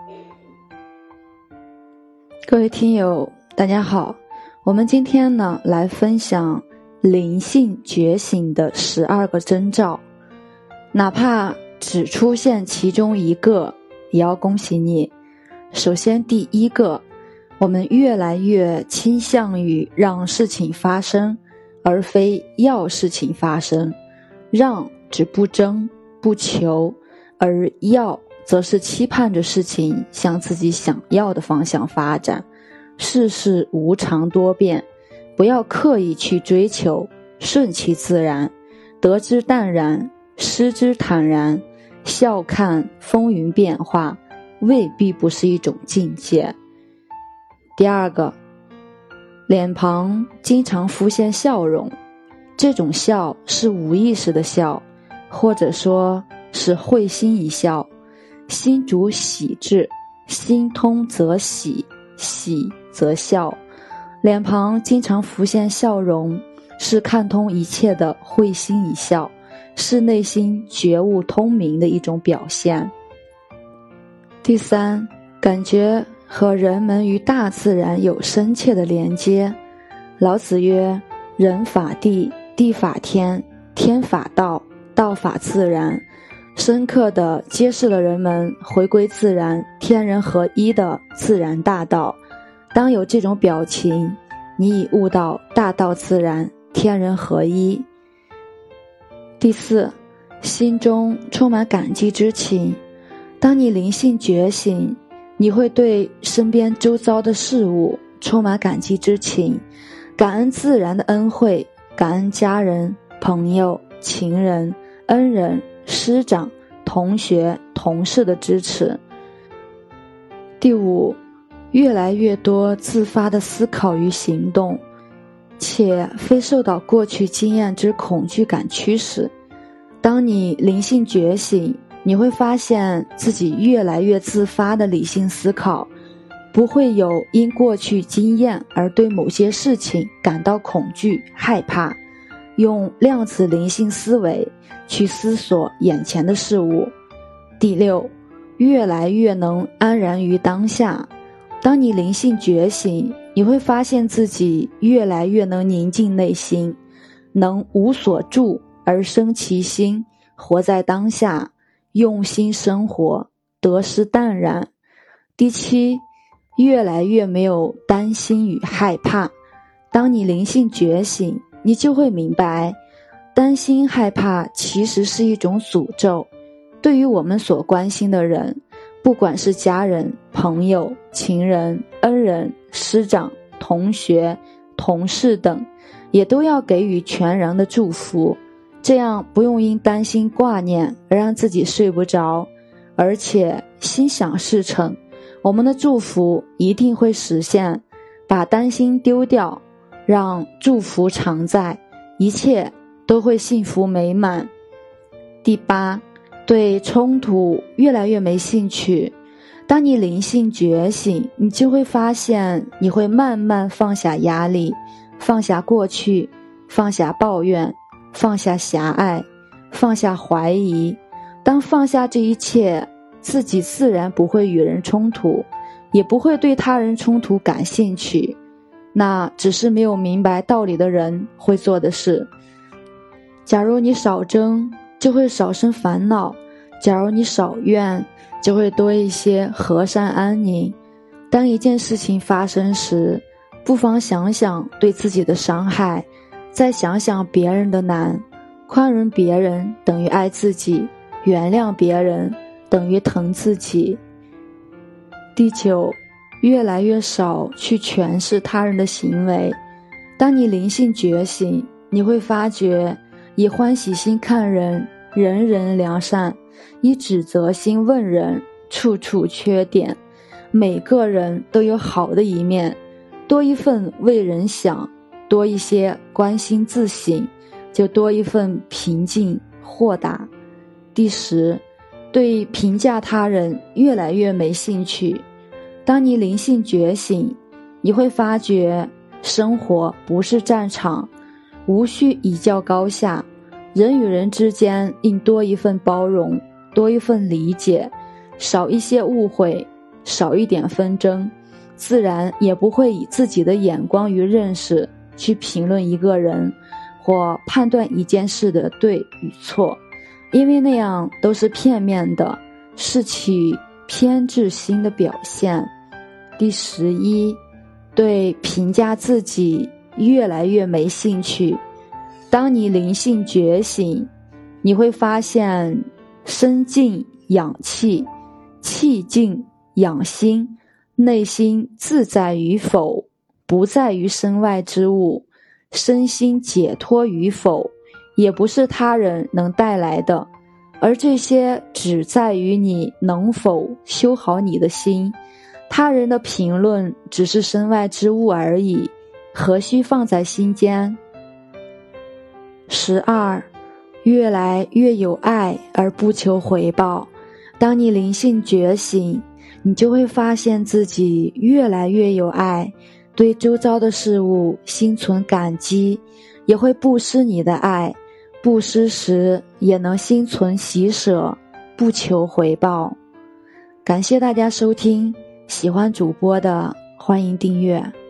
各位听友大家好，我们今天呢来分享灵性觉醒的12个征兆，哪怕只出现其中一个也要恭喜你。首先第一个，我们越来越倾向于让事情发生，而非要事情发生。让指不争不求，而要则是期盼着事情向自己想要的方向发展。世事无常多变，不要刻意去追求，顺其自然，得之淡然，失之坦然。笑看风云变化，未必不是一种境界。第二个，脸庞经常浮现笑容，这种笑是无意识的笑，或者说是会心一笑。心主喜志，心通则喜，喜则笑。脸庞经常浮现笑容，是看通一切的会心一笑，是内心觉悟通明的一种表现。第三，感觉和人们与大自然有深切的连接。老子曰：人法地，地法天，天法道，道法自然，深刻地揭示了人们回归自然、天人合一的自然大道。当有这种表情，你已悟到大道自然、天人合一。第四，心中充满感激之情。当你灵性觉醒，你会对身边周遭的事物充满感激之情，感恩自然的恩惠，感恩家人、朋友、情人、恩人、师长、同学、同事的支持。第五，越来越多自发的思考与行动，且非受到过去经验之恐惧感驱使。当你灵性觉醒，你会发现自己越来越自发的理性思考，不会有因过去经验而对某些事情感到恐惧害怕，用量子灵性思维去思索眼前的事物。第六，越来越能安然于当下。当你灵性觉醒，你会发现自己越来越能宁静内心，能无所住而生其心，活在当下，用心生活，得失淡然。第七，越来越没有担心与害怕。当你灵性觉醒，你就会明白，担心害怕其实是一种诅咒。对于我们所关心的人，不管是家人、朋友、情人、恩人、师长、同学、同事等，也都要给予全然的祝福，这样不用因担心挂念而让自己睡不着，而且心想事成，我们的祝福一定会实现。把担心丢掉，让祝福常在，一切都会幸福美满。第八，对冲突越来越没兴趣。当你灵性觉醒，你就会发现你会慢慢放下压力，放下过去，放下抱怨，放下狭隘，放下怀疑。当放下这一切，自己自然不会与人冲突，也不会对他人冲突感兴趣。那只是没有明白道理的人会做的事。假如你少争，就会少生烦恼；假如你少怨，就会多一些和善安宁。当一件事情发生时，不妨想想对自己的伤害，再想想别人的难。宽容别人等于爱自己，原谅别人等于疼自己。第九，越来越少去诠释他人的行为。当你灵性觉醒，你会发觉以欢喜心看人，人人良善；以指责心问人，处处缺点。每个人都有好的一面，多一份为人想，多一些关心自省，就多一份平静豁达。第十，对评价他人越来越没兴趣。当你灵性觉醒，你会发觉生活不是战场，无需一较高下，人与人之间应多一份包容，多一份理解，少一些误会， 少一点纷争，自然也不会以自己的眼光与认识去评论一个人或判断一件事的对与错，因为那样都是片面的，是其偏执心的表现。第11，对评价自己越来越没兴趣。当你灵性觉醒，你会发现身静养气，气静养心，内心自在与否，不在于身外之物，身心解脱与否，也不是他人能带来的，而这些只在于你能否修好你的心。他人的评论只是身外之物而已，何须放在心间。12，越来越有爱而不求回报。当你灵性觉醒，你就会发现自己越来越有爱，对周遭的事物心存感激，也会布施你的爱，布施时也能心存喜舍，不求回报。感谢大家收听，喜欢主播的欢迎订阅。